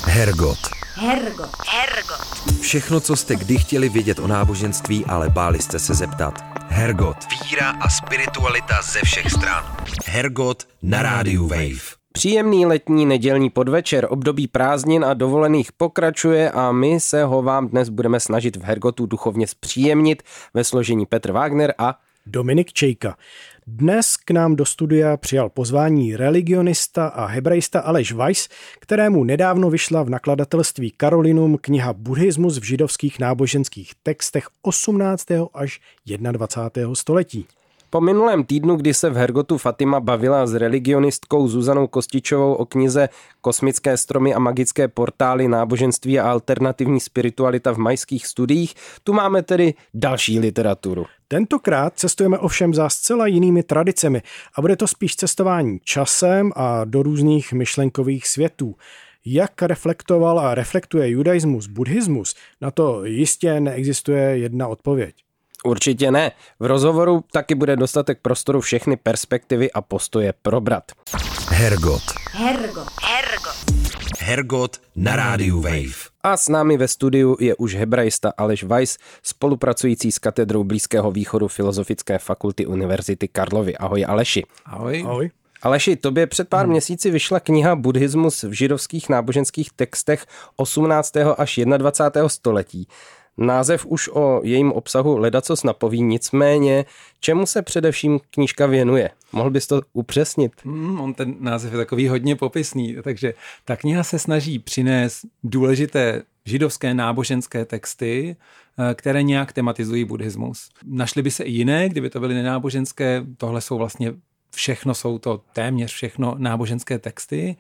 Hergot. Hergot. Hergot. Všechno, co jste kdy chtěli vědět o náboženství, ale báli jste se zeptat. Hergot. Víra a spiritualita ze všech stran. Hergot na rádiu Wave. Příjemný letní nedělní podvečer, období prázdnin a dovolených pokračuje a my se ho vám dnes budeme snažit v Hergotu duchovně zpříjemnit ve složení Petr Wagner a Dominik Čejka. Dnes k nám do studia přijal pozvání religionista a hebrejista Aleš Weiss, kterému nedávno vyšla v nakladatelství Carolinum kniha Buddhismus v židovských náboženských textech 18. až 21. století. Po minulém týdnu, kdy se v Hergotu Fatima bavila s religionistkou Zuzanou Kostičovou o knize Kosmické stromy a magické portály, náboženství a alternativní spiritualita v majských studiích, tu máme tedy další literaturu. Tentokrát cestujeme ovšem za zcela jinými tradicemi a bude to spíš cestování časem a do různých myšlenkových světů. Jak reflektoval a reflektuje judaismus buddhismus, na to jistě neexistuje jedna odpověď. Určitě ne. V rozhovoru taky bude dostatek prostoru všechny perspektivy a postoje probrat. Hergot. Hergot. Hergot. Hergot na rádiu Wave. A s námi ve studiu je už hebrejista Aleš Weiss, spolupracující s katedrou Blízkého východu Filozofické fakulty Univerzity Karlovy. Ahoj Aleši. Ahoj. Ahoj. Aleši, tobě před pár měsíci vyšla kniha Buddhismus v židovských náboženských textech 18. až 21. století. Název už o jejím obsahu ledacos napoví, nicméně čemu se především knížka věnuje? Mohl bys to upřesnit? On ten název je takový hodně popisný, takže ta kniha se snaží přinést důležité židovské náboženské texty, které nějak tematizují buddhismus. Našly by se i jiné, kdyby to byly nenáboženské, tohle jsou vlastně jsou to téměř všechno náboženské texty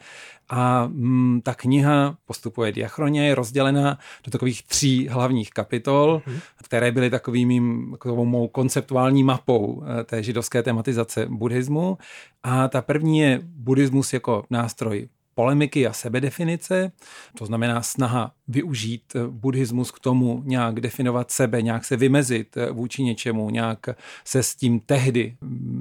a ta kniha postupuje diachroně, je rozdělena do takových 3 hlavních kapitol, které byly takovou mou konceptuální mapou té židovské tematizace buddhismu. A ta první je buddhismus jako nástroj polemiky a sebedefinice, to znamená snaha využít buddhismus k tomu nějak definovat sebe, nějak se vymezit vůči něčemu, nějak se s tím tehdy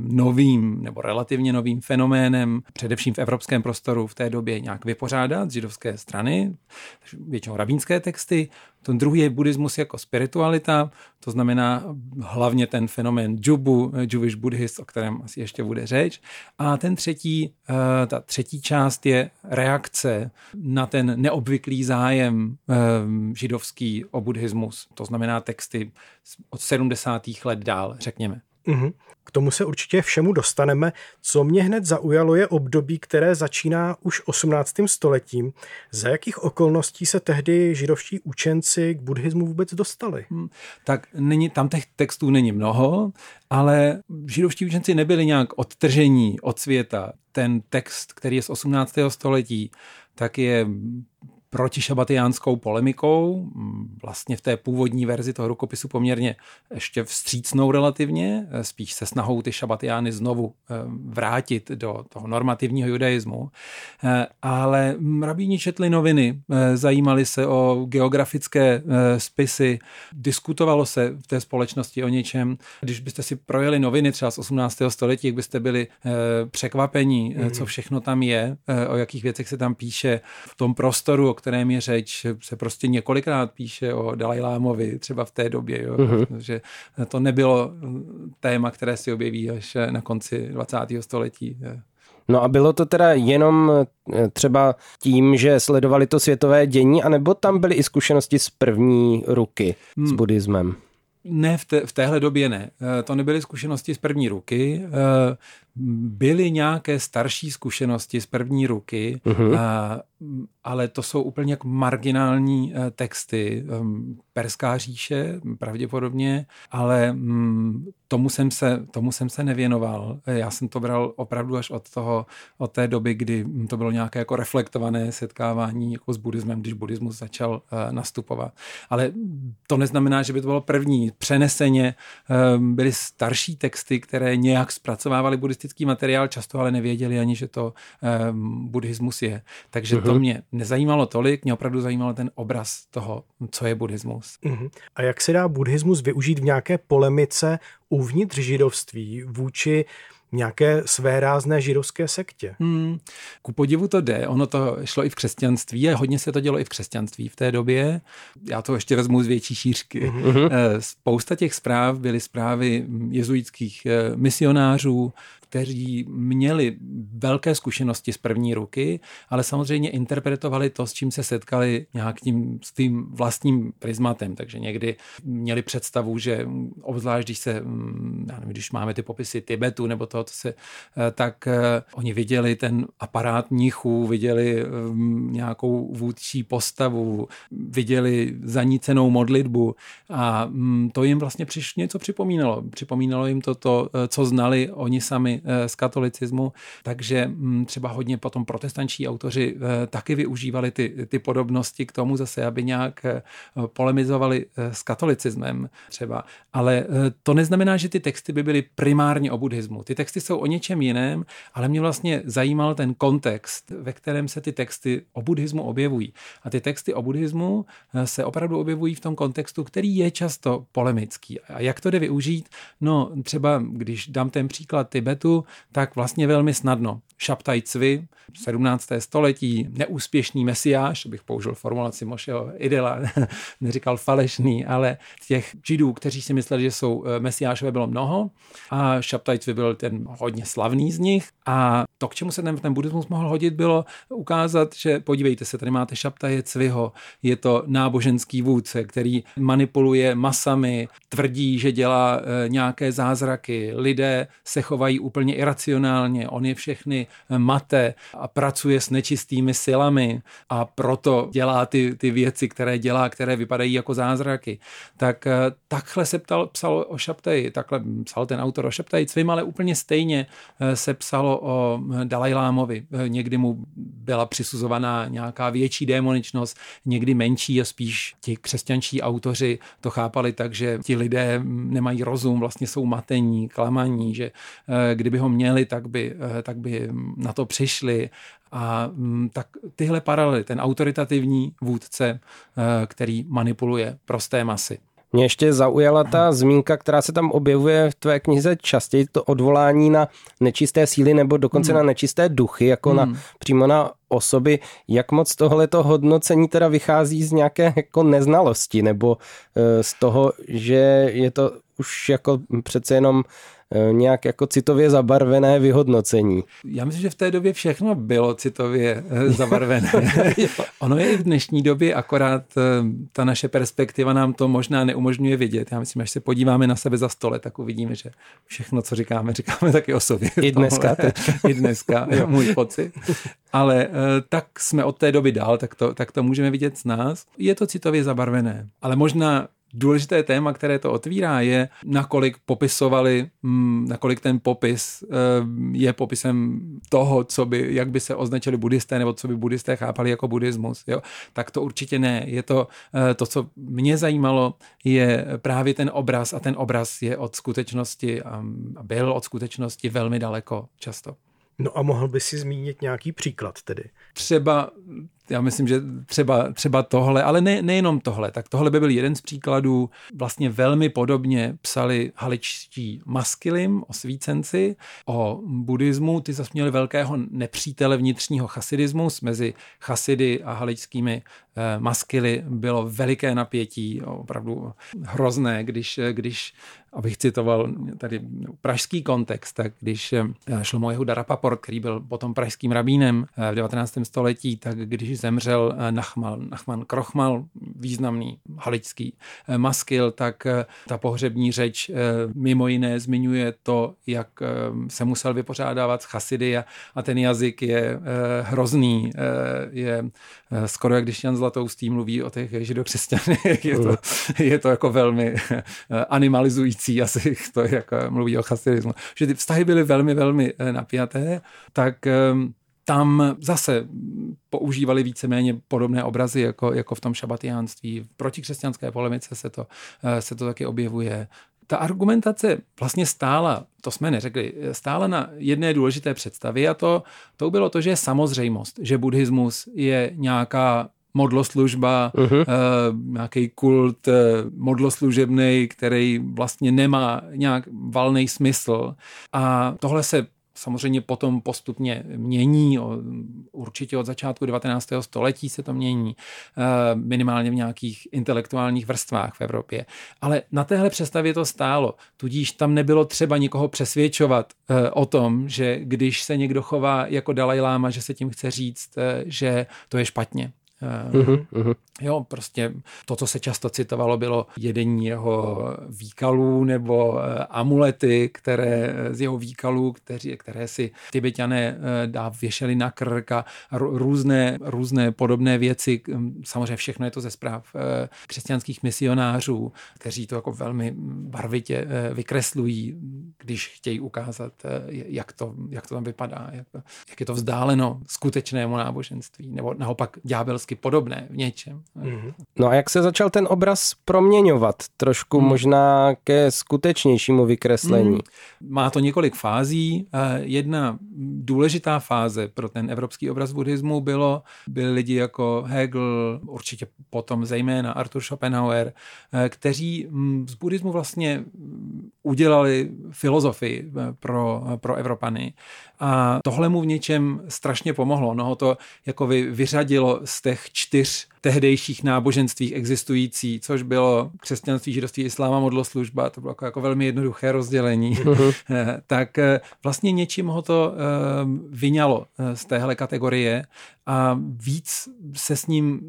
novým nebo relativně novým fenoménem, především v evropském prostoru v té době nějak vypořádat z židovské strany, většinou rabínské texty. Ten druhý je buddhismus jako spiritualita, to znamená hlavně ten fenomén džubu, Jewish Buddhist, o kterém asi ještě bude řeč. A ta třetí část je reakce na ten neobvyklý zájem židovský o buddhismus. To znamená texty od 70. let dál, řekněme. K tomu se určitě všemu dostaneme. Co mě hned zaujalo je období, které začíná už 18. stoletím. Za jakých okolností se tehdy židovští učenci k buddhismu vůbec dostali? Tak tam těch textů není mnoho, ale židovští učenci nebyli nějak odtržení od světa. Ten text, který je z 18. století, tak je protišabatiánskou polemikou, vlastně v té původní verzi toho rukopisu poměrně ještě vstřícnou relativně, spíš se snahou ty šabatiány znovu vrátit do toho normativního judaismu. Ale rabíni četli noviny, zajímali se o geografické spisy, diskutovalo se v té společnosti o něčem. Když byste si projeli noviny třeba z 18. století, jak byste byli překvapení, co všechno tam je, o jakých věcech se tam píše v tom prostoru, o kterém je řeč, se prostě několikrát píše o Dalajlámovi, třeba v té době, jo, že to nebylo téma, které si objeví až na konci 20. století. No a bylo to teda jenom třeba tím, že sledovali to světové dění, anebo tam byly i zkušenosti z první ruky s buddhismem? Ne, v téhle době ne. To nebyly zkušenosti z první ruky. Byly nějaké starší zkušenosti z první ruky, ale to jsou úplně jako marginální texty. Perská říše pravděpodobně, ale tomu jsem se nevěnoval. Já jsem to bral opravdu až od té doby, kdy to bylo nějaké jako reflektované setkávání jako s buddhismem, když buddhismus začal nastupovat. Ale to neznamená, že by to bylo první. Přeneseně byly starší texty, které nějak zpracovávaly buddhistický materiál, často ale nevěděli ani, že to buddhismus je. Takže to mě nezajímalo tolik, mě opravdu zajímal ten obraz toho, co je buddhismus. A jak se dá buddhismus využít v nějaké polemice uvnitř židovství vůči nějaké svérázné židovské sektě. Ku podivu to jde, ono to šlo i v křesťanství a hodně se to dělo i v křesťanství v té době. Já to ještě vezmu z větší šířky. Spousta těch zpráv byly zprávy jezuitských misionářů, kteří měli velké zkušenosti z první ruky, ale samozřejmě interpretovali to, s čím se setkali nějakým svým vlastním prismatem. Takže někdy měli představu, že obzvlášť, když máme ty popisy Tibetu nebo toho, tak oni viděli ten aparát mnichů, viděli nějakou vůdčí postavu, viděli zanícenou modlitbu a to jim vlastně něco připomínalo. Připomínalo jim to, co znali oni sami z katolicismu, takže třeba hodně potom protestanční autoři taky využívali ty podobnosti k tomu zase, aby nějak polemizovali s katolicismem třeba. Ale to neznamená, že ty texty by byly primárně o buddhismu. Ty texty jsou o něčem jiném, ale mě vlastně zajímal ten kontext, ve kterém se ty texty o buddhismu objevují. A ty texty o buddhismu se opravdu objevují v tom kontextu, který je často polemický. A jak to jde využít? No třeba, když dám ten příklad Tibetu, tak vlastně velmi snadno. Šabtaj Cvi, 17. století, neúspěšný mesiáš, abych použil formulaci Mošeho Idela, neříkal falešný, ale těch židů, kteří si mysleli, že jsou mesiášové, bylo mnoho a Šabtaj Cvi byl ten hodně slavný z nich a to, k čemu se ten buddhismus mohl hodit, bylo ukázat, že podívejte se, tady máte Šabtaje Cviho, je to náboženský vůdce, který manipuluje masami, tvrdí, že dělá nějaké zázraky, lidé se chovají úplně iracionálně, on je všechny mate a pracuje s nečistými silami a proto dělá ty věci, které dělá, které vypadají jako zázraky. Takhle se psalo o Šabtaji, takhle psal ten autor o Šabtaji Cvim, ale úplně stejně se psalo o Dalajlámovi. Někdy mu byla přisuzovaná nějaká větší démoničnost, někdy menší a spíš ti křesťanští autoři to chápali tak, že ti lidé nemají rozum, vlastně jsou matení, klamaní, že kdyby ho měli, tak by na to přišli. A tak tyhle paralely, ten autoritativní vůdce, který manipuluje prosté masy. Mě ještě zaujala ta zmínka, která se tam objevuje v tvé knize častěji, to odvolání na nečisté síly nebo dokonce na nečisté duchy, jako přímo na osoby. Jak moc tohleto hodnocení teda vychází z nějaké jako neznalosti nebo z toho, že je to už jako přece jenom nějak jako citově zabarvené vyhodnocení? Já myslím, že v té době všechno bylo citově zabarvené. Ono je i v dnešní době, akorát ta naše perspektiva nám to možná neumožňuje vidět. Já myslím, až se podíváme na sebe za 100 let, tak uvidíme, že všechno, co říkáme taky o sobě. I dneska. I dneska, je můj pocit. Ale tak jsme od té doby dál, tak to můžeme vidět z nás. Je to citově zabarvené, ale možná důležité téma, které to otvírá, je, nakolik ten popis je popisem toho, jak by se označili buddhisté, nebo co by buddhisté chápali jako buddhismus. Jo? Tak to určitě ne. Je to, co mě zajímalo, je právě ten obraz a ten obraz je od skutečnosti a byl od skutečnosti velmi daleko často. No a mohl by si zmínit nějaký příklad tedy? Já myslím, že třeba tohle, ale nejenom tohle. Tak tohle by byl jeden z příkladů. Vlastně velmi podobně psali haličtí maskilim, osvícenci, o buddhismu. Ty zase měli velkého nepřítele vnitřního chasidismus. Mezi chasidy a haličskými maskily bylo veliké napětí, opravdu hrozné, když abych citoval tady pražský kontext, tak když Šlomo Rapaport, který byl potom pražským rabínem v 19. století, tak když zemřel Nachman Krochmal, významný haličský maskil, tak ta pohřební řeč mimo jiné zmiňuje to, jak se musel vypořádávat s chasidy a ten jazyk je hrozný, je skoro jak když Jan Zlatoustý mluví o těch židokřesťanech, je to jako velmi animalizující jazyk, to jako mluví o chasidismu. Že ty vztahy byly velmi, velmi napjaté, tak tam zase používali víceméně podobné obrazy jako v tom šabatiánství. V protikřesťanské polemice se to taky objevuje. Ta argumentace vlastně stála, to jsme neřekli, stála na jedné důležité představě a to bylo to, že je samozřejmost, že buddhismus je nějaká modloslužba, nějaký kult modloslužebnej, který vlastně nemá nějak valný smysl. A tohle se samozřejmě potom postupně mění, určitě od začátku 19. století se to mění, minimálně v nějakých intelektuálních vrstvách v Evropě. Ale na téhle představě to stálo, tudíž tam nebylo třeba nikoho přesvědčovat o tom, že když se někdo chová jako Dalajláma, že se tím chce říct, že to je špatně. Jo, prostě to, co se často citovalo, bylo jedení jeho výkalů nebo amulety, které z jeho výkalů, které si Tibetané věšeli na krk a různé podobné věci. Samozřejmě všechno je to ze zpráv křesťanských misionářů, kteří to jako velmi barvitě vykreslují, když chtějí ukázat, jak to tam vypadá, jak je to vzdáleno skutečnému náboženství, nebo naopak ďábelsky podobné v něčem. No a jak se začal ten obraz proměňovat trošku možná ke skutečnějšímu vykreslení? Má to několik fází. Jedna důležitá fáze pro ten evropský obraz buddhismu byli lidi jako Hegel, určitě potom zejména Arthur Schopenhauer, kteří z buddhismu vlastně udělali filozofii pro Evropany. A tohle mu v něčem strašně pomohlo. No to jako vyřadilo z těch 4 tehdejších náboženství existující, což bylo křesťanství, židovství, islám a modloslužba, to bylo jako velmi jednoduché rozdělení, tak vlastně něčím ho to vyňalo z téhle kategorie a víc se s ním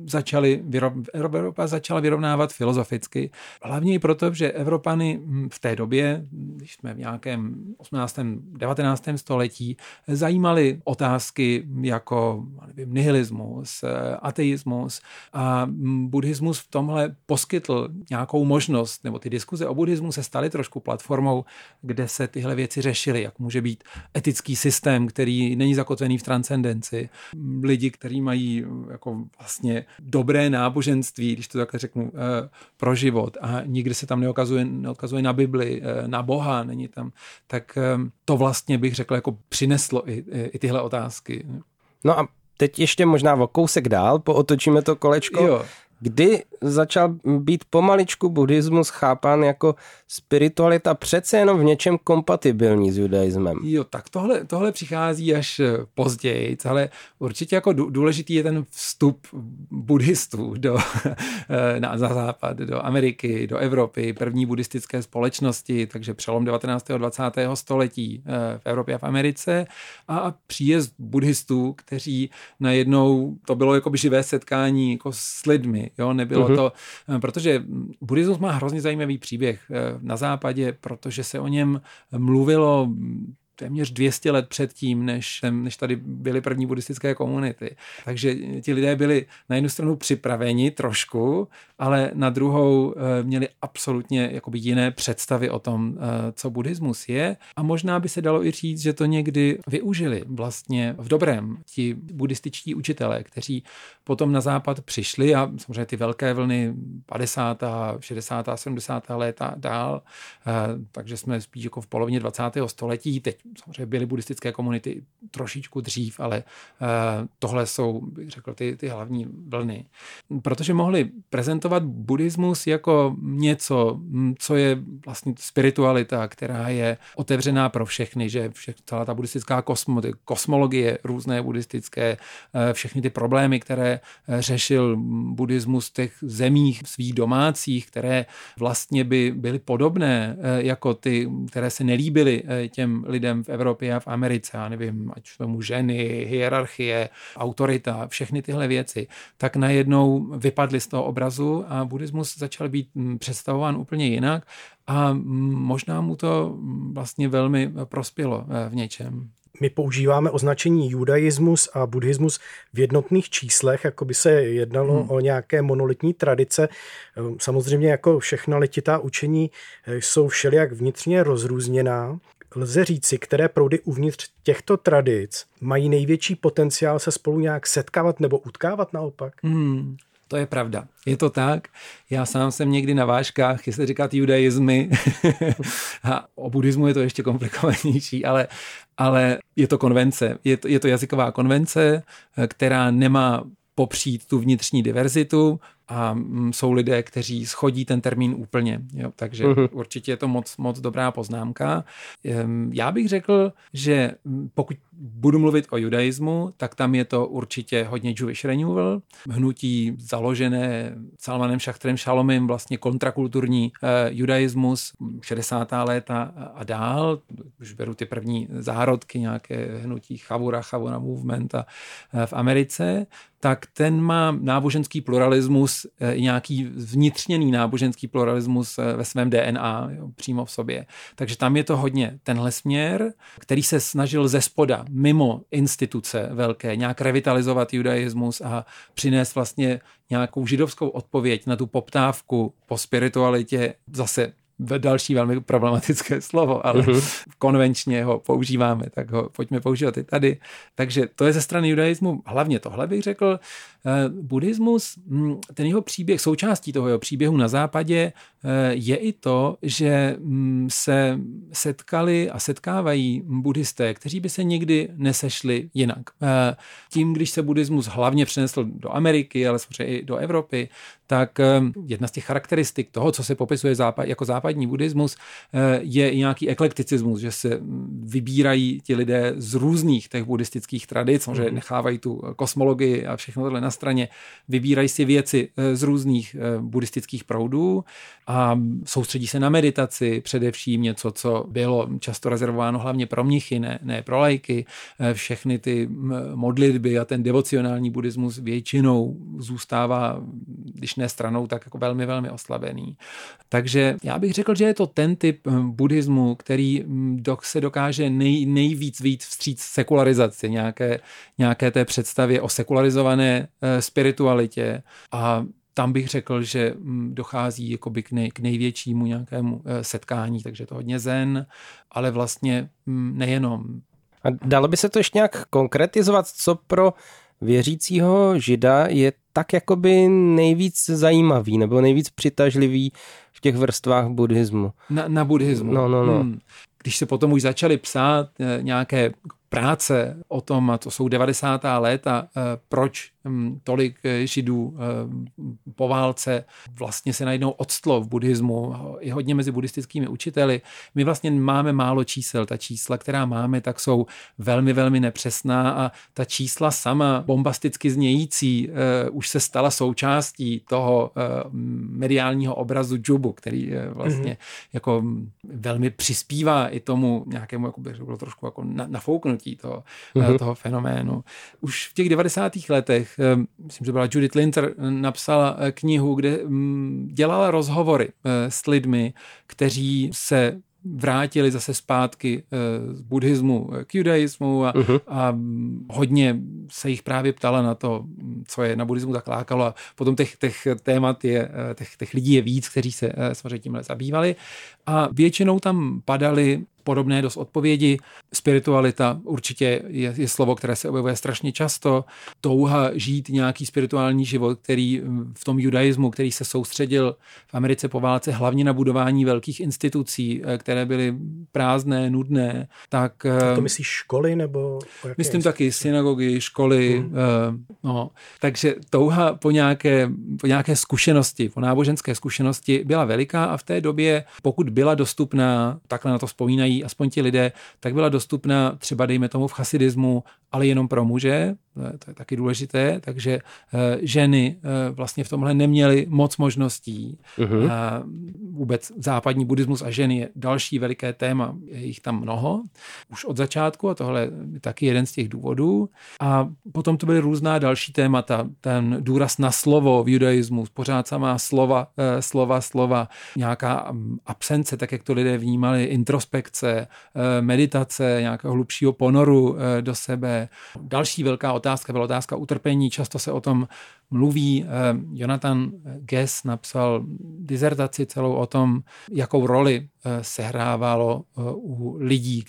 Evropa začala vyrovnávat filozoficky. Hlavně i proto, že Evropany v té době, když jsme v nějakém 18. 19. století, zajímaly otázky jako nihilismus, ateismus a buddhismus v tomhle poskytl nějakou možnost, nebo ty diskuze o buddhismu se staly trošku platformou, kde se tyhle věci řešily, jak může být etický systém, který není zakotvený v transcendenci. Lidi, kteří mají jako vlastně dobré náboženství, když to takhle řeknu, pro život a nikdy se tam neodkazuje na Bibli, na Boha, není tam, tak to vlastně bych řekl, jako přineslo i tyhle otázky. No a teď ještě možná o kousek dál, pootočíme to kolečko. Jo. Kdy začal být pomaličku buddhismus chápán jako spiritualita přece jenom v něčem kompatibilní s judaismem? Jo, tak tohle přichází až později, ale určitě jako důležitý je ten vstup buddhistů na západ, do Ameriky, do Evropy, první buddhistické společnosti, takže přelom 19. a 20. století v Evropě a v Americe a příjezd buddhistů, kteří najednou, to bylo jako by živé setkání jako s lidmi. Jo, nebylo to, protože buddhismus má hrozně zajímavý příběh na západě, protože se o něm mluvilo téměř 200 let předtím, než tady byly první buddhistické komunity. Takže ti lidé byli na jednu stranu připraveni trošku, ale na druhou měli absolutně jakoby jiné představy o tom, co buddhismus je. A možná by se dalo i říct, že to někdy využili vlastně v dobrém ti buddhističtí učitelé, kteří potom na západ přišli a samozřejmě ty velké vlny 50., 60., 70. léta dál, takže jsme spíš jako v polovině 20. století. Teď samozřejmě byly buddhistické komunity trošičku dřív, ale tohle jsou, bych řekl, ty hlavní vlny. Protože mohli prezentovat buddhismus jako něco, co je vlastně spiritualita, která je otevřená pro všechny, že celá ta buddhistická kosmologie, různé buddhistické, všechny ty problémy, které řešil buddhismus v těch zemích svých domácích, které vlastně by byly podobné jako ty, které se nelíbily těm lidem v Evropě a v Americe, já nevím, ať tomu ženy, hierarchie, autorita, všechny tyhle věci, tak najednou vypadly z toho obrazu a buddhismus začal být představován úplně jinak a možná mu to vlastně velmi prospělo v něčem. My používáme označení judaismus a buddhismus v jednotných číslech, jako by se jednalo o nějaké monolitní tradice. Samozřejmě jako všechna letitá učení jsou všelijak vnitřně rozrůzněná. Lze říci, které proudy uvnitř těchto tradic mají největší potenciál se spolu nějak setkávat nebo utkávat naopak? To je pravda. Je to tak. Já sám jsem někdy na vážkách, jestli říkat judaismy, a o buddhismu je to ještě komplikovanější, ale je to konvence. Je to jazyková konvence, která nemá popřít tu vnitřní diverzitu a jsou lidé, kteří shodí ten termín úplně. Jo? Takže určitě je to moc dobrá poznámka. Já bych řekl, že pokud budu mluvit o judaismu, tak tam je to určitě hodně Jewish Renewal, hnutí založené Salmanem Schachterem Shalomem, vlastně kontrakulturní judaismus, 60. léta a dál, už beru ty první zárodky, nějaké hnutí Chavura Movement v Americe, tak ten má náboženský pluralismus, nějaký vnitřněný náboženský pluralismus ve svém DNA, jo, přímo v sobě. Takže tam je to hodně tenhle směr, který se snažil ze spoda, mimo instituce velké, nějak revitalizovat judaismus a přinést vlastně nějakou židovskou odpověď na tu poptávku po spiritualitě, zase další velmi problematické slovo, ale konvenčně ho používáme, tak ho pojďme používat i tady. Takže to je ze strany judaismu hlavně tohle bych řekl. Buddhismus, ten jeho příběh, součástí toho jeho příběhu na západě je i to, že se setkali a setkávají buddhisté, kteří by se nikdy nesešli jinak. Tím, když se buddhismus hlavně přenesl do Ameriky, ale samozřejmě i do Evropy, tak jedna z těch charakteristik toho, co se popisuje jako západní buddhismus, je i nějaký eklekticismus, že se vybírají ti lidé z různých těch buddhistických tradic, že nechávají tu kosmologii a všechno tohle na straně, vybírají si věci z různých buddhistických proudů a soustředí se na meditaci, především něco, co bylo často rezervováno hlavně pro mnichy, ne pro laiky. Všechny ty modlitby a ten devocionální buddhismus většinou zůstává, když ne stranou, tak jako velmi, velmi oslabený. Takže já bych řekl, že je to ten typ buddhismu, který se dokáže nejvíc vyjít vstříc sekularizaci, nějaké té představě o sekularizované spiritualitě a tam bych řekl, že dochází jakoby k největšímu nějakému setkání, takže to hodně zen, ale vlastně nejenom. A dalo by se to ještě nějak konkretizovat, co pro věřícího žida je tak jakoby nejvíc zajímavý nebo nejvíc přitažlivý v těch vrstvách buddhismu? Na buddhismu. No. Když se potom už začaly psát nějaké práce o tom, a to jsou 90. léta, proč tolik židů po válce vlastně se najednou odstlo v buddhismu, i hodně mezi buddhistickými učiteli. My vlastně máme málo čísel. Ta čísla, která máme, tak jsou velmi, velmi nepřesná a ta čísla sama, bombasticky znějící, už se stala součástí toho mediálního obrazu džubu, který vlastně jako velmi přispívá i tomu nějakému, jako bych řekl, trošku jako nafouknutí toho fenoménu. Už v těch 90. letech, myslím, že byla Judith Linter, napsala knihu, kde dělala rozhovory s lidmi, kteří se vrátili zase zpátky z buddhismu k judaismu a hodně se jich právě ptala na to, co je na buddhismu tak lákalo a potom těch témat těch lidí je víc, kteří se samozřejmě tímhle zabývali a většinou tam padaly podobné dost odpovědi. Spiritualita určitě je slovo, které se objevuje strašně často. Touha žít nějaký spirituální život, který v tom judaismu, který se soustředil v Americe po válce hlavně na budování velkých institucí, které byly prázdné, nudné. Tak to myslíš školy nebo? Myslím taky synagogy, školy. Takže touha po nějaké zkušenosti, po náboženské zkušenosti byla veliká a v té době, pokud byla dostupná, takhle na to vzpomínají aspoň ti lidé, tak byla dostupná třeba dejme tomu v chasidismu, ale jenom pro muže, to je taky důležité, takže ženy vlastně v tomhle neměly moc možností. Vůbec západní buddhismus a ženy je další veliké téma, je jich tam mnoho, už od začátku a tohle je taky jeden z těch důvodů. A potom to byly různá další témata, ten důraz na slovo v judaismu, pořád samá slova, nějaká absence, tak jak to lidé vnímali, introspekce, meditace, nějakého hlubšího ponoru do sebe. Další velká otázka byla otázka utrpení, často se o tom mluví. Jonathan Guest napsal dizertaci celou o tom, jakou roli sehrávalo u lidí,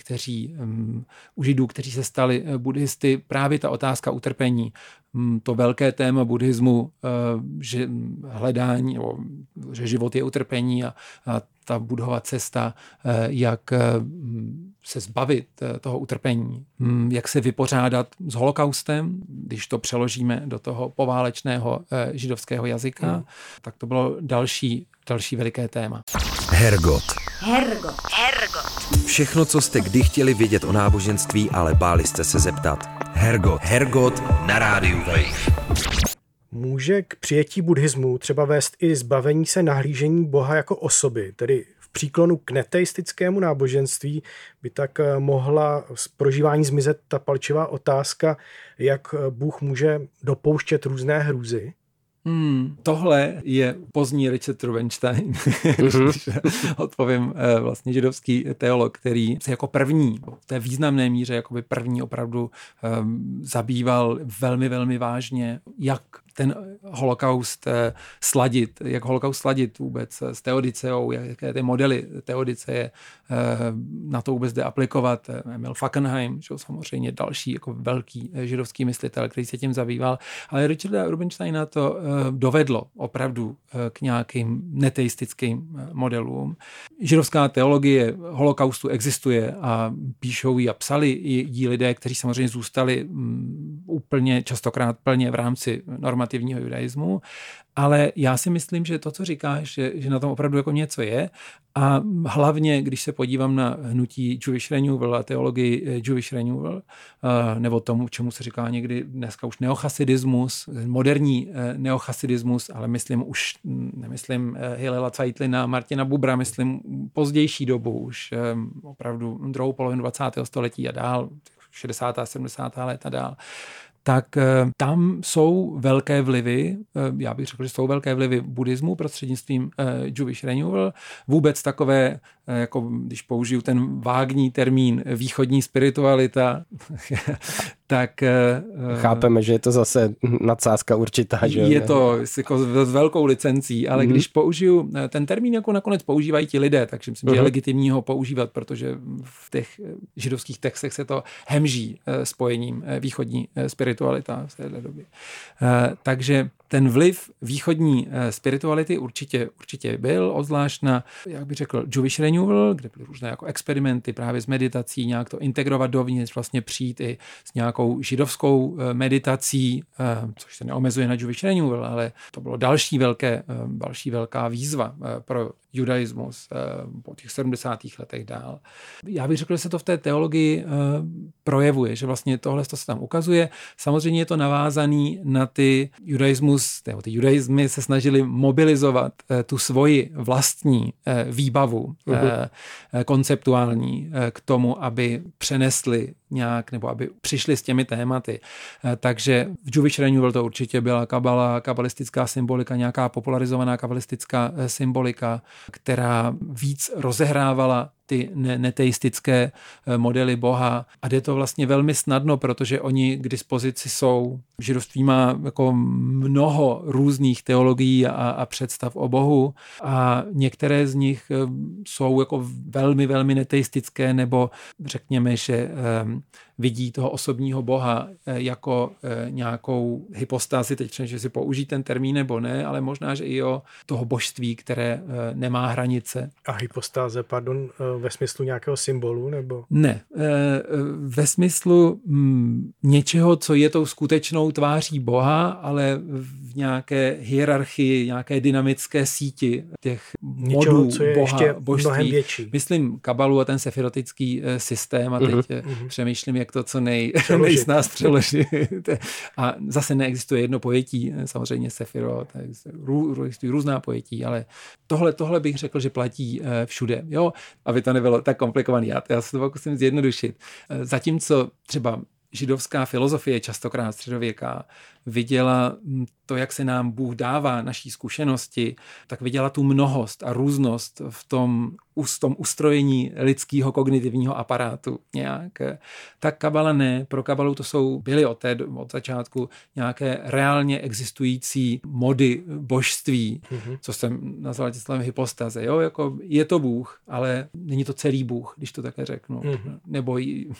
u židů, kteří se stali buddhisty, právě ta otázka utrpení. To velké téma buddhismu, že hledání, že život je utrpení a ta Buddhova cesta, jak se zbavit toho utrpení, jak se vypořádat s holokaustem, když to přeložíme do toho poválečného židovského jazyka, tak to bylo další veliké téma. Hergot. Hergot. Hergot. Všechno, co jste kdy chtěli vědět o náboženství, ale báli jste se zeptat. Hergot na rádiu Wave. Může k přijetí buddhismu třeba vést i zbavení se nahlížení Boha jako osoby, tedy v příklonu k neteistickému náboženství by tak mohla z prožívání zmizet ta palčivá otázka, jak Bůh může dopouštět různé hrůzy? Tohle je pozdní Richard Rubinstein, když odpovím, vlastně židovský teolog, který se jako první, v té významné míře jakoby první opravdu zabýval velmi, velmi vážně, jak ten holokaust sladit vůbec s teodiceou, jaké ty modely teodiceje na to vůbec jde aplikovat. Emil Fackenheim, že samozřejmě další jako velký židovský myslitel, který se tím zabýval, ale Richarda Rubinsteina to dovedlo opravdu k nějakým neteistickým modelům. Židovská teologie holokaustu existuje a píšou ji a psali ji lidé, kteří samozřejmě zůstali úplně častokrát plně v rámci normativního judaismu, ale já si myslím, že to, co říkáš, že na tom opravdu jako něco je a hlavně, když se podívám na hnutí Jewish Renewal a teologii Jewish Renewal, nebo tomu, čemu se říká někdy dneska už neochasidismus, moderní neochasidismus, ale nemyslím Hillela Zeitlina, Martina Bubra, myslím pozdější dobu, už opravdu druhou polovinu 20. století a dál, 60. a 70. let a dál, tak tam jsou velké vlivy, já bych řekl, že jsou velké vlivy buddhismu prostřednictvím Jewish Renewal, vůbec takové, jako když použiju ten vágní termín východní spiritualita, tak... Chápeme, že je to zase nadsázka určitá, že? Je to jako s velkou licencí, ale když použiju ten termín, jako nakonec používají ti lidé, takže myslím, že je legitimní ho používat, protože v těch židovských textech se to hemží spojením východní spiritualita v této době. Takže ten vliv východní spirituality určitě byl, obzvlášť na, jak bych řekl, Jewish Renewal, kde byly různé jako experimenty právě s meditací, nějak to integrovat dovnitř, vlastně přijít i s nějakou židovskou meditací, což se neomezuje na Jewish Renewal, ale to bylo další velká výzva pro judaismus po těch 70. letech dál. Já bych řekl, že se to v té teologii projevuje, že vlastně tohle se tam ukazuje. Samozřejmě je to navázaný na ty judaismus, ty judaismy se snažili mobilizovat tu svoji vlastní výbavu konceptuální k tomu, aby přenesli nějak, nebo aby přišli s těmi tématy. Takže v Jewish Renewal to určitě byla kabala, kabalistická symbolika, nějaká popularizovaná kabalistická symbolika, která víc rozehrávala ty neteistické modely Boha a jde to vlastně velmi snadno, protože oni k dispozici jsou. Židovství má jako mnoho různých teologií a představ o Bohu a některé z nich jsou jako velmi, velmi neteistické, nebo řekněme, že vidí toho osobního Boha jako nějakou hypostázi, teď že si použít ten termín nebo ne, ale možná, že i o toho božství, které nemá hranice. A hypostáze, pardon, ve smyslu nějakého symbolu, nebo? Ne, ve smyslu něčeho, co je tou skutečnou tváří Boha, ale v nějaké hierarchii, nějaké dynamické síti těch modů co je Boha, ještě božství. Mnohem větší. Myslím kabalu a ten sefirotický systém a teď přemýšlím, jak to co nejsnáz přeložit. A zase neexistuje jedno pojetí, samozřejmě sefiro, existují různá pojetí, ale tohle bych řekl, že platí všude. Jo? Aby to nebylo tak komplikované. Já se to pokusím zjednodušit. Zatímco třeba židovská filozofie, častokrát středověká, viděla to, jak se nám Bůh dává naší zkušenosti, tak viděla tu mnohost a různost v tom ustrojení lidského kognitivního aparátu nějak. Tak kabala ne, pro kabalu to byly od začátku nějaké reálně existující mody božství, co jsem nazval slovem hypostaze. Jo? Jako je to Bůh, ale není to celý Bůh, když to také řeknu. Nebo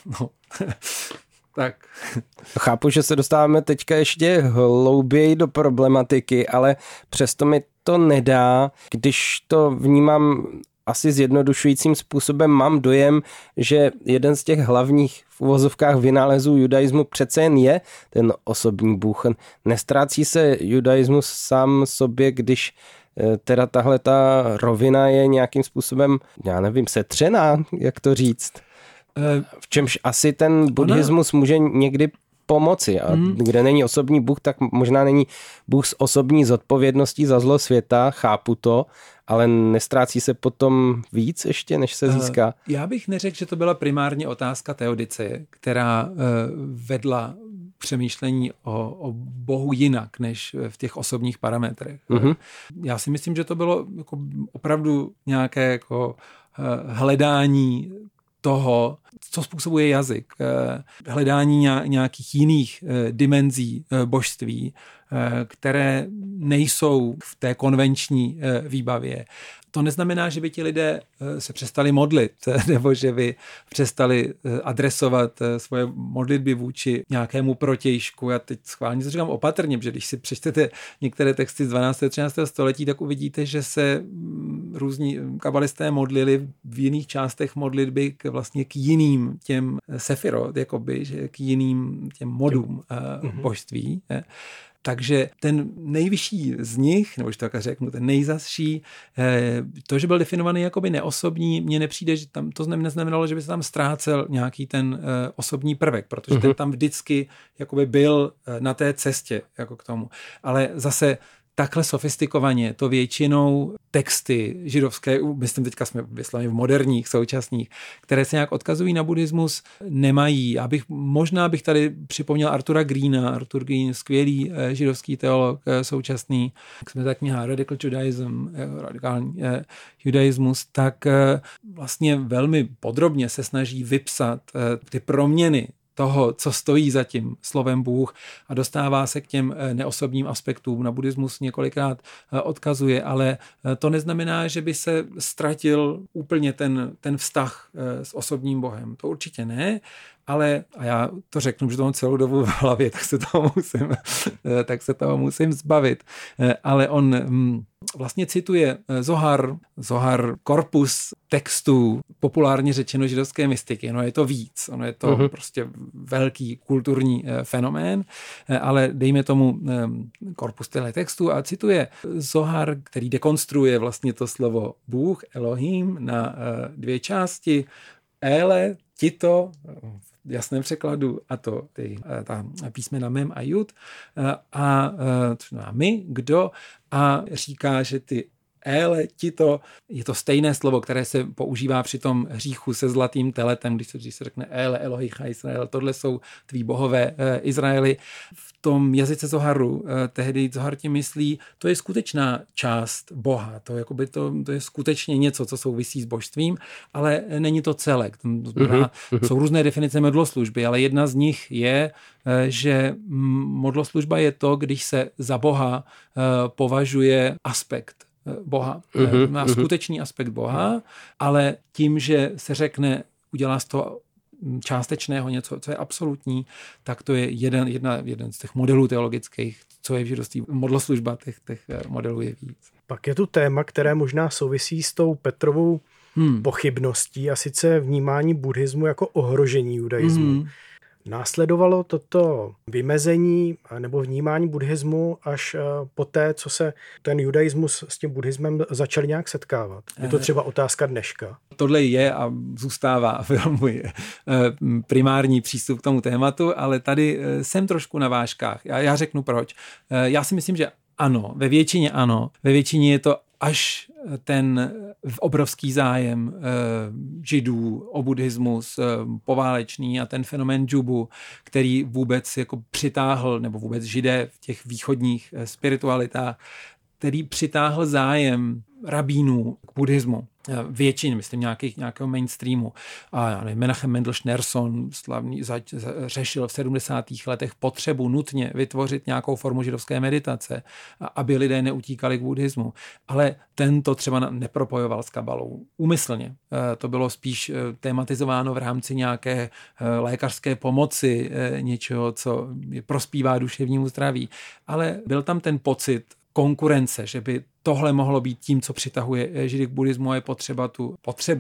tak. Chápu, že se dostáváme teďka ještě hlouběji do problematiky, ale přesto mi to nedá, když to vnímám asi zjednodušujícím způsobem, mám dojem, že jeden z těch hlavních v uvozovkách vynálezů judaismu přece jen je ten osobní Bůh. Nestrácí se judaismus sám sobě, když teda tahle ta rovina je nějakým způsobem, já nevím, setřená, jak to říct? V čemž asi ten buddhismus může někdy pomoci. A kde není osobní Bůh, tak možná není Bůh s osobní zodpovědností za zlo světa, chápu to, ale nestrácí se potom víc ještě, než se získá? Já bych neřekl, že to byla primárně otázka teodicie, která vedla přemýšlení o Bohu jinak, než v těch osobních parametrech. Já si myslím, že to bylo jako opravdu nějaké jako hledání toho, co způsobuje jazyk, hledání nějakých jiných dimenzí božství, které nejsou v té konvenční výbavě. To neznamená, že by ti lidé se přestali modlit, nebo že by přestali adresovat svoje modlitby vůči nějakému protějšku. Já teď schválně to říkám opatrně, protože když si přečtete některé texty z 12. a 13. století, tak uvidíte, že se různí kabalisté modlili v jiných částech modlitby vlastně k jiným těm sefirot, jakoby, že k jiným těm modům božství. Takže ten nejvyšší z nich, nebo že to tak řeknu, ten nejzazší, to, že byl definovaný jakoby neosobní, mně nepřijde, že tam to neznamenalo, že by se tam ztrácel nějaký ten osobní prvek, protože ten tam vždycky jakoby byl na té cestě jako k tomu. Ale zase takhle sofistikovaně to většinou texty židovské, myslím teďka jsme vysloveni v moderních, současných, které se nějak odkazují na buddhismus, nemají. Možná bych tady připomněl Artura Greena. Arthur Green, skvělý židovský teolog současný, jak jsme ta kniha Radical Judaism, radikální judaismus, tak vlastně velmi podrobně se snaží vypsat ty proměny toho, co stojí za tím slovem Bůh a dostává se k těm neosobním aspektům. Na buddhismus několikrát odkazuje, ale to neznamená, že by se ztratil úplně ten vztah s osobním Bohem. To určitě ne, ale, a já to řeknu, že to mám celou dobu v hlavě, tak se toho musím zbavit. Ale on vlastně cituje Zohar korpus textů, populárně řečeno židovské mystiky. No je to víc, ono je to prostě velký kulturní fenomén, ale dejme tomu korpus těchto textů a cituje Zohar, který dekonstruuje vlastně to slovo Bůh, Elohim, na dvě části. Ele, tito, v jasném překladu, a to ta písmena mem a jud, a my, kdo, a říká, že ty ele, tito, je to stejné slovo, které se používá při tom hříchu se zlatým teletem, když se řekne ele, Elohicha Israel, tohle jsou tví bohové Izraeli. V tom jazyce Zoharu tehdy Zohar tím myslí, to je skutečná část Boha, to je skutečně něco, co souvisí s božstvím, ale není to celek. Jsou různé definice modloslužby, ale jedna z nich je, že modloslužba je to, když se za Boha považuje aspekt Boha. Má skutečný aspekt Boha, ale tím, že se řekne, udělá z toho částečného něco, co je absolutní, tak to je jeden z těch modelů teologických, co je v židovství. Modloslužba těch modelů je víc. Pak je tu téma, které možná souvisí s tou Petrovou pochybností, a sice vnímání buddhismu jako ohrožení judaismu. Následovalo toto vymezení nebo vnímání buddhismu až poté, co se ten judaismus s tím buddhismem začal nějak setkávat. Je to třeba otázka dneška. Tohle je a zůstává můj primární přístup k tomu tématu, ale tady jsem trošku na vážkách. Já řeknu proč. Já si myslím, že ano, ve většině je to až ten obrovský zájem Židů o buddhismus poválečný a ten fenomén džubu, který vůbec jako přitáhl, nebo vůbec Židé v těch východních spiritualitách, který přitáhl zájem rabínů k buddhismu. Většině, myslím, nějakého mainstreamu. A Menachem Mendel Schneerson slavný řešil v 70. letech potřebu nutně vytvořit nějakou formu židovské meditace, aby lidé neutíkali k buddhismu. Ale ten to třeba nepropojoval s kabalou. Úmyslně. To bylo spíš tematizováno v rámci nějaké lékařské pomoci, něčeho, co prospívá duševnímu zdraví. Ale byl tam ten pocit konkurence, že by tohle mohlo být tím, co přitahuje Židy k buddhismu a je potřeba tu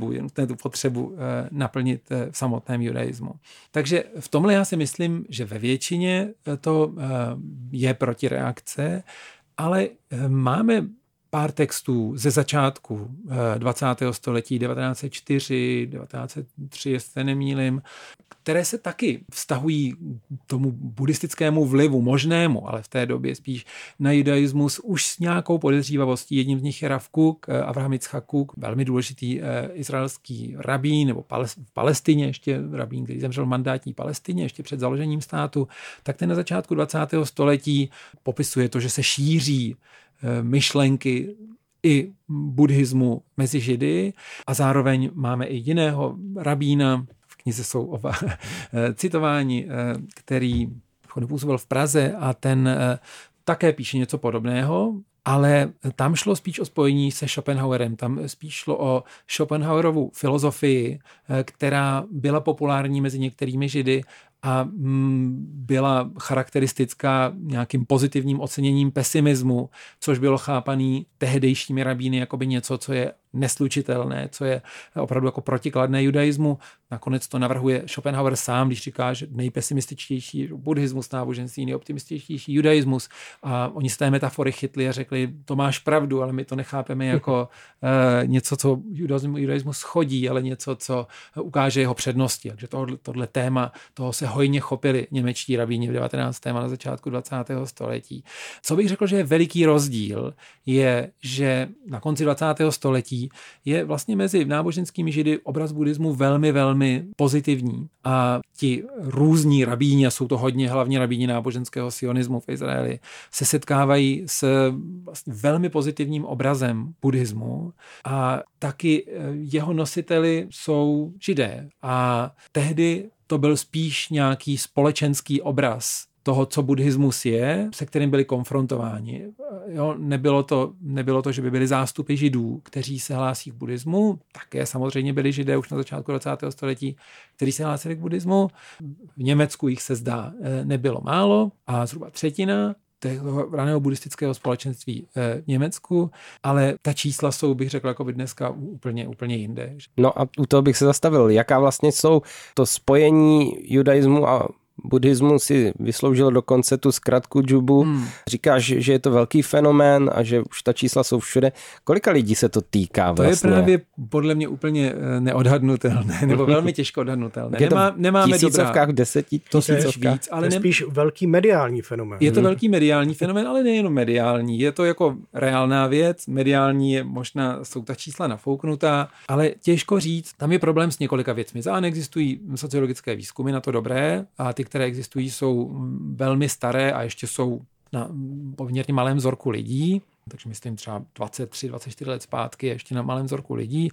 potřebu naplnit v samotném judaismu. Takže v tomhle já si myslím, že ve většině to je protireakce, ale máme pár textů ze začátku 20. století, 1904, 1903, jestli se nemýlim, které se taky vztahují tomu buddhistickému vlivu, možnému, ale v té době spíš na judaismus už s nějakou podezřívavostí. Jedním z nich je Rav Kook, Avraham Yitzchak Kook, velmi důležitý izraelský rabín, nebo v Palestině ještě rabín, který zemřel v mandátní Palestině ještě před založením státu, tak ten na začátku 20. století popisuje to, že se šíří myšlenky i buddhismu mezi Židy a zároveň máme i jiného rabína, v knize jsou oba citováni, který působil v Praze a ten také píše něco podobného, ale tam šlo spíš o spojení se Schopenhauerem, tam spíš šlo o Schopenhauerovu filozofii, která byla populární mezi některými Židy a byla charakteristická nějakým pozitivním oceněním pesimismu, což bylo chápaný tehdejšími rabíny jakoby něco, co je neslučitelné, co je opravdu jako protikladné judaismu. Nakonec to navrhuje Schopenhauer sám, když říká, že nejpesimističtější buddhismus, náboženství, nejoptimističtější judaismus. A oni z té metafory chytli a řekli, to máš pravdu, ale my to nechápeme jako něco, co judaismus schodí, ale něco, co ukáže jeho přednosti. Takže tohle téma, toho se hojně chopili němečtí rabíni v 19. a na začátku 20. století. Co bych řekl, že je veliký rozdíl, je, že na konci 20. století je vlastně mezi náboženskými Židy obraz buddhismu velmi, velmi pozitivní. A ti různí rabíni, a jsou to hodně hlavně rabíni náboženského sionismu v Izraeli, se setkávají s vlastně velmi pozitivním obrazem buddhismu a taky jeho nositeli jsou Židé. A tehdy to byl spíš nějaký společenský obraz toho, co buddhismus je, se kterým byli konfrontováni. Jo, nebylo to, že by byli zástupy Židů, kteří se hlásí k buddhismu. Také samozřejmě byli Židé už na začátku 20. století, kteří se hlásili k buddhismu. V Německu jich se zdá nebylo málo a zhruba třetina toho raného buddhistického společenství v Německu, ale ta čísla jsou, bych řekl, jako by dneska úplně jinde. No a u toho bych se zastavil. Jaká vlastně jsou to spojení judaismu a buddhismu si vysloužil dokonce tu zkratku džubu. Říkáš, že je to velký fenomén a že už ta čísla jsou všude. Kolika lidí se to týká vlastně? To je právě podle mě úplně neodhadnutelné, nebo velmi těžko odhadnutelné. Nemáme tisícovkách, desetitisícovkách. Ale to je spíš velký mediální fenomén. Je to velký mediální fenomén, ale nejenom mediální. Je to jako reálná věc. Mediální je možná, jsou ta čísla nafouknutá, ale těžko říct. Tam je problém s několika věcmi. Neexistují sociologické výzkumy na to dobré a ty, které existují, jsou velmi staré a ještě jsou na poměrně malém vzorku lidí, takže myslím třeba 23-24 let zpátky ještě na malém vzorku lidí.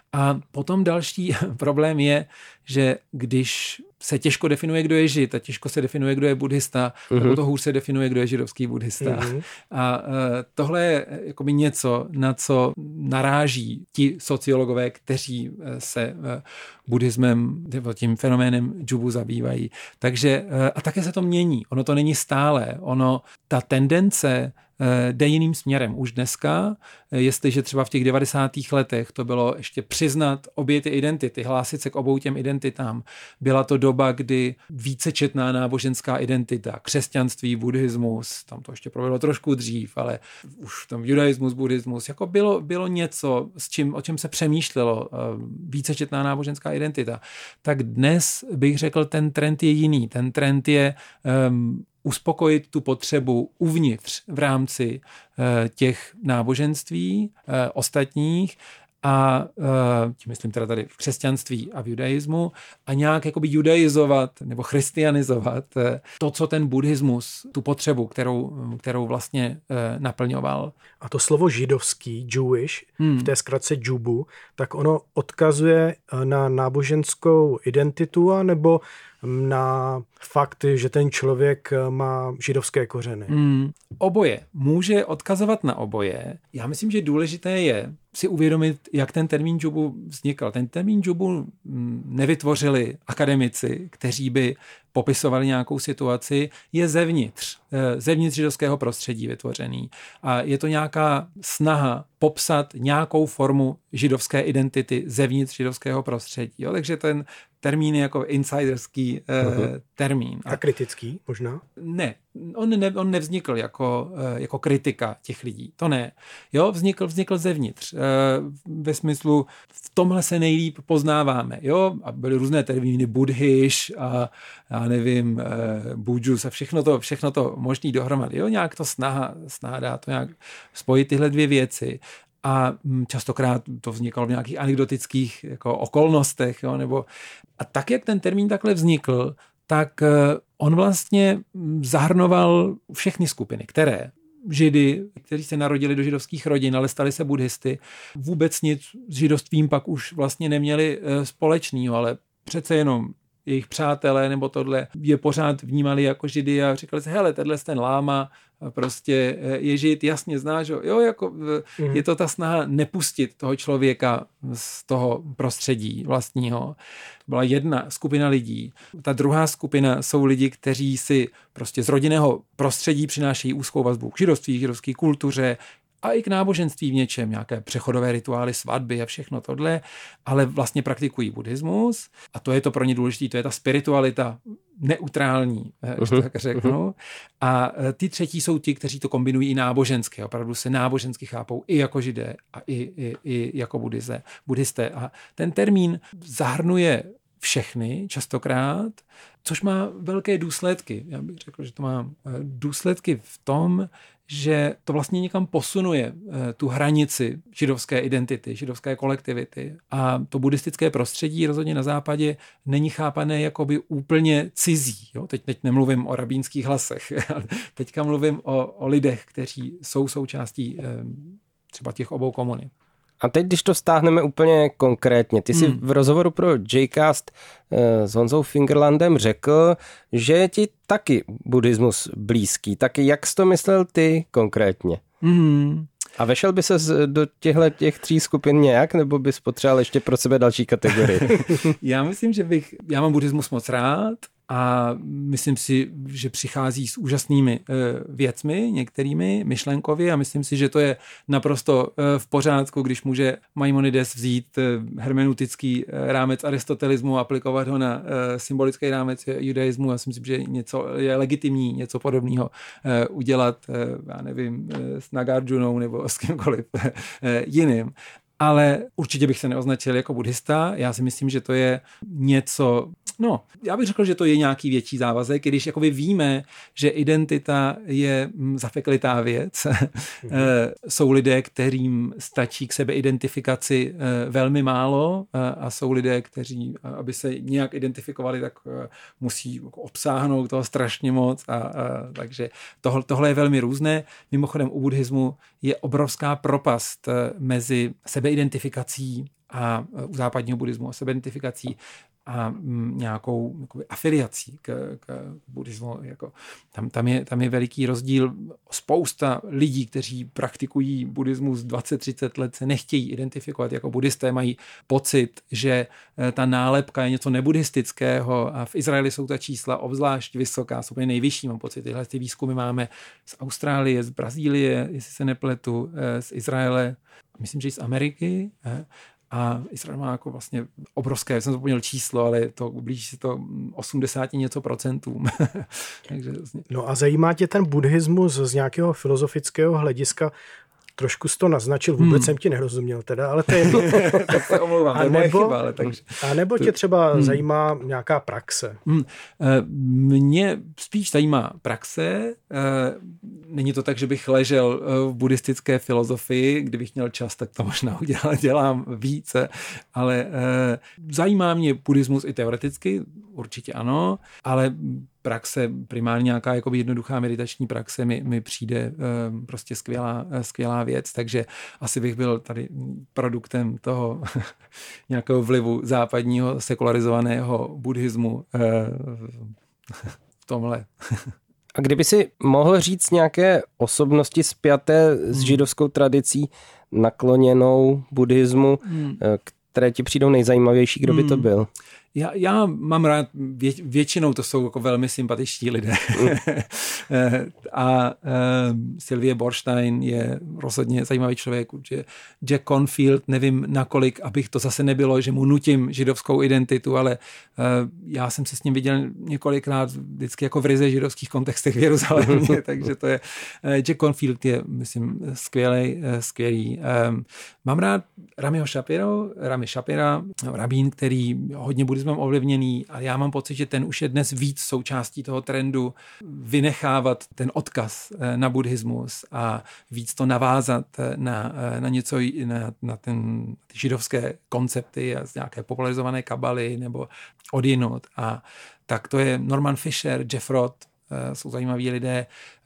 A potom další problém je, že když se těžko definuje, kdo je Žid a těžko se definuje, kdo je buddhista, tak to hůř se definuje, kdo je židovský buddhista. A tohle je jakoby něco, na co naráží ti sociologové, kteří se buddhismem, tím fenoménem džubu zabývají. Takže a také se to mění. Ono to není stále. Ta tendence jde jiným směrem. Už dneska, jestliže třeba v těch 90. letech to bylo ještě přiznat obě ty identity, hlásit se k obou těm identitám. Byla to doba, kdy vícečetná náboženská identita, křesťanství, buddhismus, tam to ještě proběhlo trošku dřív, ale už tam judaismus, buddhismus, jako bylo něco, o čem se přemýšlelo, vícečetná náboženská identita. Tak dnes bych řekl, ten trend je jiný. Ten trend je uspokojit tu potřebu uvnitř v rámci těch náboženství ostatních, a tím myslím teda tady v křesťanství a v judaismu, a nějak jakoby judaizovat nebo christianizovat to, co ten buddhismus, tu potřebu, kterou vlastně naplňoval. A to slovo židovský, Jewish, v té zkratce džubu, tak ono odkazuje na náboženskou identitu anebo na fakt, že ten člověk má židovské kořeny? Oboje. Může odkazovat na oboje. Já myslím, že důležité je si uvědomit, jak ten termín džubu vznikl. Ten termín džubu nevytvořili akademici, kteří by popisovali nějakou situaci, je zevnitř židovského prostředí vytvořený. A je to nějaká snaha popsat nějakou formu židovské identity zevnitř židovského prostředí. Jo? Takže ten termín je jako insiderský termín. A kritický možná? Ne, on nevznikl jako kritika těch lidí. To ne. Jo, vznikl zevnitř. Ve smyslu, v tomhle se nejlíp poznáváme. Jo, a byly různé termíny, buddhiš a já nevím, budžus a všechno to možný dohromady. Jo, nějak to snaha dá to nějak spojit tyhle dvě věci. A častokrát to vznikalo v nějakých anekdotických jako okolnostech. Jo, nebo, a tak, jak ten termín takhle vznikl, tak on vlastně zahrnoval všechny skupiny, které Židy, kteří se narodili do židovských rodin, ale stali se buddhisty, vůbec nic s židovstvím pak už vlastně neměli společného, ale přece jenom jejich přátelé nebo tohle je pořád vnímali jako Židy a říkali se, hele, tenhle ten láma prostě je Žid, jasně znáš, jo, jako je to ta snaha nepustit toho člověka z toho prostředí vlastního. Byla jedna skupina lidí. Ta druhá skupina jsou lidi, kteří si prostě z rodinného prostředí přinášejí úzkou vazbu k židovství, židovské kultuře, a i k náboženství v něčem, nějaké přechodové rituály, svatby a všechno tohle, ale vlastně praktikují buddhismus a to je to pro ně důležité, to je ta spiritualita neutrální, že tak řeknu. A ty třetí jsou ti, kteří to kombinují i nábožensky, opravdu se nábožensky chápou i jako židé a i jako buddhisté. A ten termín zahrnuje všechny častokrát, což má velké důsledky. Já bych řekl, že to má důsledky v tom, že to vlastně někam posunuje tu hranici židovské identity, židovské kolektivity. A to buddhistické prostředí rozhodně na západě není chápané jakoby úplně cizí. Jo? Teď nemluvím o rabínských hlasech, ale teďka mluvím o lidech, kteří jsou součástí třeba těch obou komunit. A teď, když to stáhneme úplně konkrétně, ty jsi v rozhovoru pro Jcast s Honzou Fingerlandem řekl, že je ti taky buddhismus blízký. Tak jak jsi to myslel ty konkrétně? A vešel by se do těch tří skupin nějak, nebo bys potřeboval ještě pro sebe další kategorii? Já myslím, že já mám buddhismus moc rád a myslím si, že přichází s úžasnými věcmi, některými myšlenkově, a myslím si, že to je naprosto v pořádku, když může Maimonides vzít hermeneutický rámec aristotelismu a aplikovat ho na symbolický rámec judaismu. Já si myslím, že něco je legitimní, něco podobného udělat, já nevím, s Nagarjunou nebo s kýmkoliv jiným. Ale určitě bych se neoznačil jako buddhista. Já si myslím, že to je něco, já bych řekl, že to je nějaký větší závazek, když jakoby víme, že identita je zafeklitá věc. Jsou lidé, kterým stačí k sebeidentifikaci velmi málo a jsou lidé, kteří, aby se nějak identifikovali, tak musí obsáhnout toho strašně moc. Takže tohle je velmi různé. Mimochodem u buddhismu je obrovská propast mezi sebeidentifikací a u západního buddhismu sebeidentifikací a nějakou afiliací k buddhismu. Jako, tam je veliký rozdíl. Spousta lidí, kteří praktikují buddhismus 20-30 let, se nechtějí identifikovat jako buddhisté, mají pocit, že ta nálepka je něco nebuddhistického a v Izraeli jsou ta čísla obzvlášť vysoká, jsou nejvyšší, mám pocit. Tyhle ty výzkumy máme z Austrálie, z Brazílie, jestli se nepletu, z Izraele, myslím, že i z Ameriky. A Izrael má jako vlastně obrovské, jsem zapomněl číslo, ale to blíží se to 80 něco procentům. Takže vlastně. No a zajímá tě ten buddhismus z nějakého filozofického hlediska? Trošku jsi to naznačil, vůbec jsem ti nerozuměl teda, ale to je... Tak se omlouvám, to je moje chyba. Ale takže... A nebo tě třeba zajímá nějaká praxe? Mě spíš zajímá praxe. Není to tak, že bych ležel v buddhistické filozofii, kdybych měl čas, tak to možná dělám více, ale zajímá mě buddhismus i teoreticky, určitě ano, ale praxe, primárně nějaká jakoby jednoduchá meditační praxe mi přijde prostě skvělá věc, takže asi bych byl tady produktem toho nějakého vlivu západního sekularizovaného buddhismu v tomhle. A kdyby si mohl říct nějaké osobnosti spjaté s židovskou tradicí nakloněnou buddhismu, které ti přijdou nejzajímavější, kdo by to byl? Já mám rád, většinou to jsou jako velmi sympatičtí lidé. A Sylvie Boorstein je rozhodně zajímavý člověk. Jack Cornfield, nevím nakolik, abych to zase nebylo, že mu nutím židovskou identitu, ale já jsem se s ním viděl několikrát vždycky jako v ryze židovských kontextech v Jeruzalémě, takže to je... Jack Cornfield je, myslím, skvělý. Mám rád Rami Shapira, rabín, který hodně buddhismem ovlivněný, ale já mám pocit, že ten už je dnes víc součástí toho trendu vynechávat ten odkaz na buddhismus a víc to navázat na něco, na ty židovské koncepty a nějaké popularizované kabaly nebo odjinud. A tak to je Norman Fisher, Jeff Roth, jsou zajímaví lidé,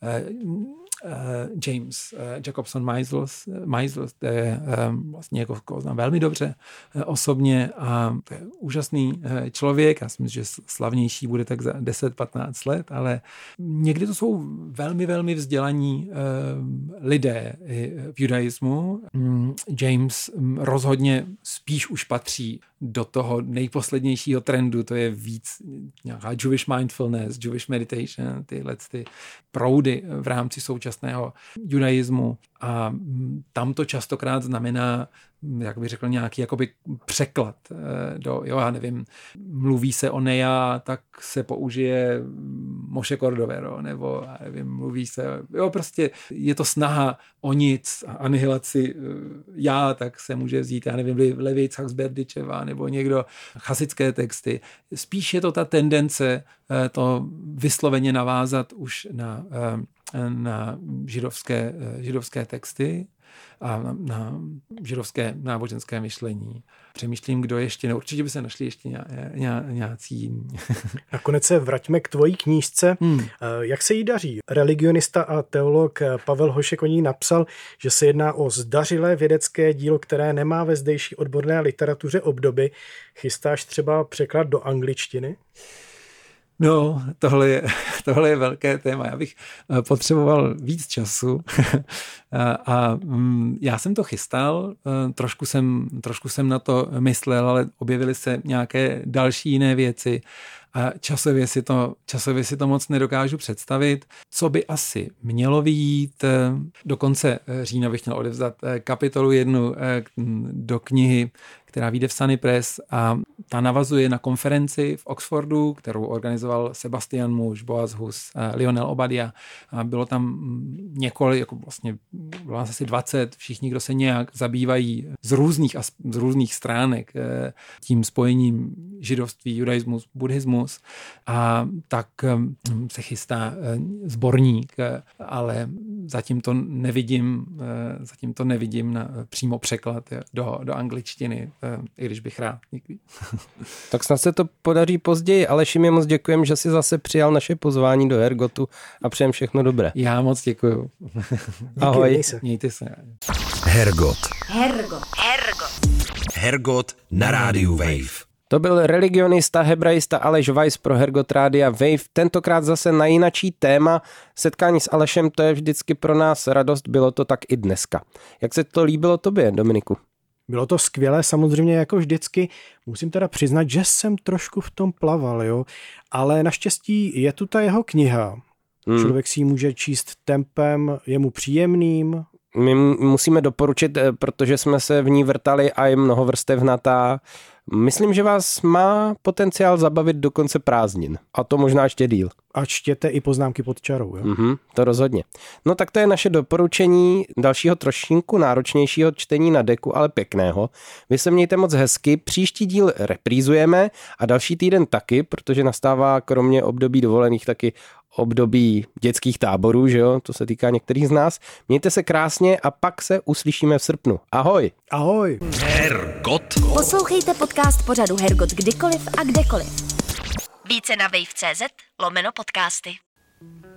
James Jacobson Meisels, to je vlastně jako znám velmi dobře osobně a to je úžasný člověk. Já si myslím, že slavnější bude tak za 10-15 let, ale někdy to jsou velmi, velmi vzdělaní lidé v judaismu. James rozhodně spíš už patří do toho nejposlednějšího trendu, to je víc nějaká Jewish mindfulness, Jewish meditation, tyhle ty proudy v rámci současného judaismu a tam to častokrát znamená, jak bych řekl, nějaký jakoby překlad já nevím, mluví se o Neja, tak se použije Moshe Cordovero, nebo já nevím, mluví se, prostě je to snaha o nic a anihilaci tak se může vzít, já nevím, Levi Yitzhak z Berdičeva, nebo někdo chasické texty. Spíš je to ta tendence to vysloveně navázat už na židovské texty a na židovské náboženské myšlení. Přemýšlím, kdo ještě, určitě by se našli ještě nějací. Nakonec se vraťme k tvojí knížce. Jak se jí daří? Religionista a teolog Pavel Hošek o ní napsal, že se jedná o zdařilé vědecké dílo, které nemá ve zdejší odborné literatuře obdoby. Chystáš třeba překlad do angličtiny? No, tohle je velké téma. Já bych potřeboval víc času a já jsem to chystal, trošku jsem na to myslel, ale objevily se nějaké další jiné věci a časově si to moc nedokážu představit. Co by asi mělo vyjít? Do konce října bych měl odevzdat kapitolu 1 do knihy, která vyjde v Sunny Press a ta navazuje na konferenci v Oxfordu, kterou organizoval Sebastian Muš, Boaz Hus, Lionel Obadia. A bylo tam několik, jako vlastně bylo asi 20, všichni, kdo se nějak zabývají z různých stránek tím spojením židovství, judaismus, buddhismus. A tak se chystá sborník, ale zatím to nevidím na přímo překlad do angličtiny, i když bych rád někdy. Tak snad se to podaří později. Aleši, mi moc děkujem, že jsi zase přijal naše pozvání do Hergotu a přejem všechno dobré. Já moc děkuju. Ahoj. Mějte se. Hergot. Hergot na rádiu Wave. To byl religionista, hebraista Aleš Weiss pro Hergot Rádia Wave. Tentokrát zase na jinačí téma. Setkání s Alešem, to je vždycky pro nás radost, bylo to tak i dneska. Jak se to líbilo tobě, Dominiku? Bylo to skvělé, samozřejmě jako vždycky. Musím teda přiznat, že jsem trošku v tom plaval, jo. Ale naštěstí je tu ta jeho kniha. Člověk si ji může číst tempem, je mu příjemným, My musíme doporučit, protože jsme se v ní vrtali a je mnohovrstevnatá. Myslím, že vás má potenciál zabavit do konce prázdnin. A to možná ještě díl. A čtěte i poznámky pod čarou, jo? To rozhodně. No tak to je naše doporučení dalšího trošinku náročnějšího čtení na deku, ale pěkného. Vy se mějte moc hezky, příští díl reprízujeme a další týden taky, protože nastává kromě období dovolených taky období dětských táborů, že jo? To se týká některých z nás. Mějte se krásně a pak se uslyšíme v srpnu. Ahoj! Ahoj! Hergot. Poslouchejte podcast pořadu Hergot kdykoliv a kdekoliv. Více na wave.cz/podcasty.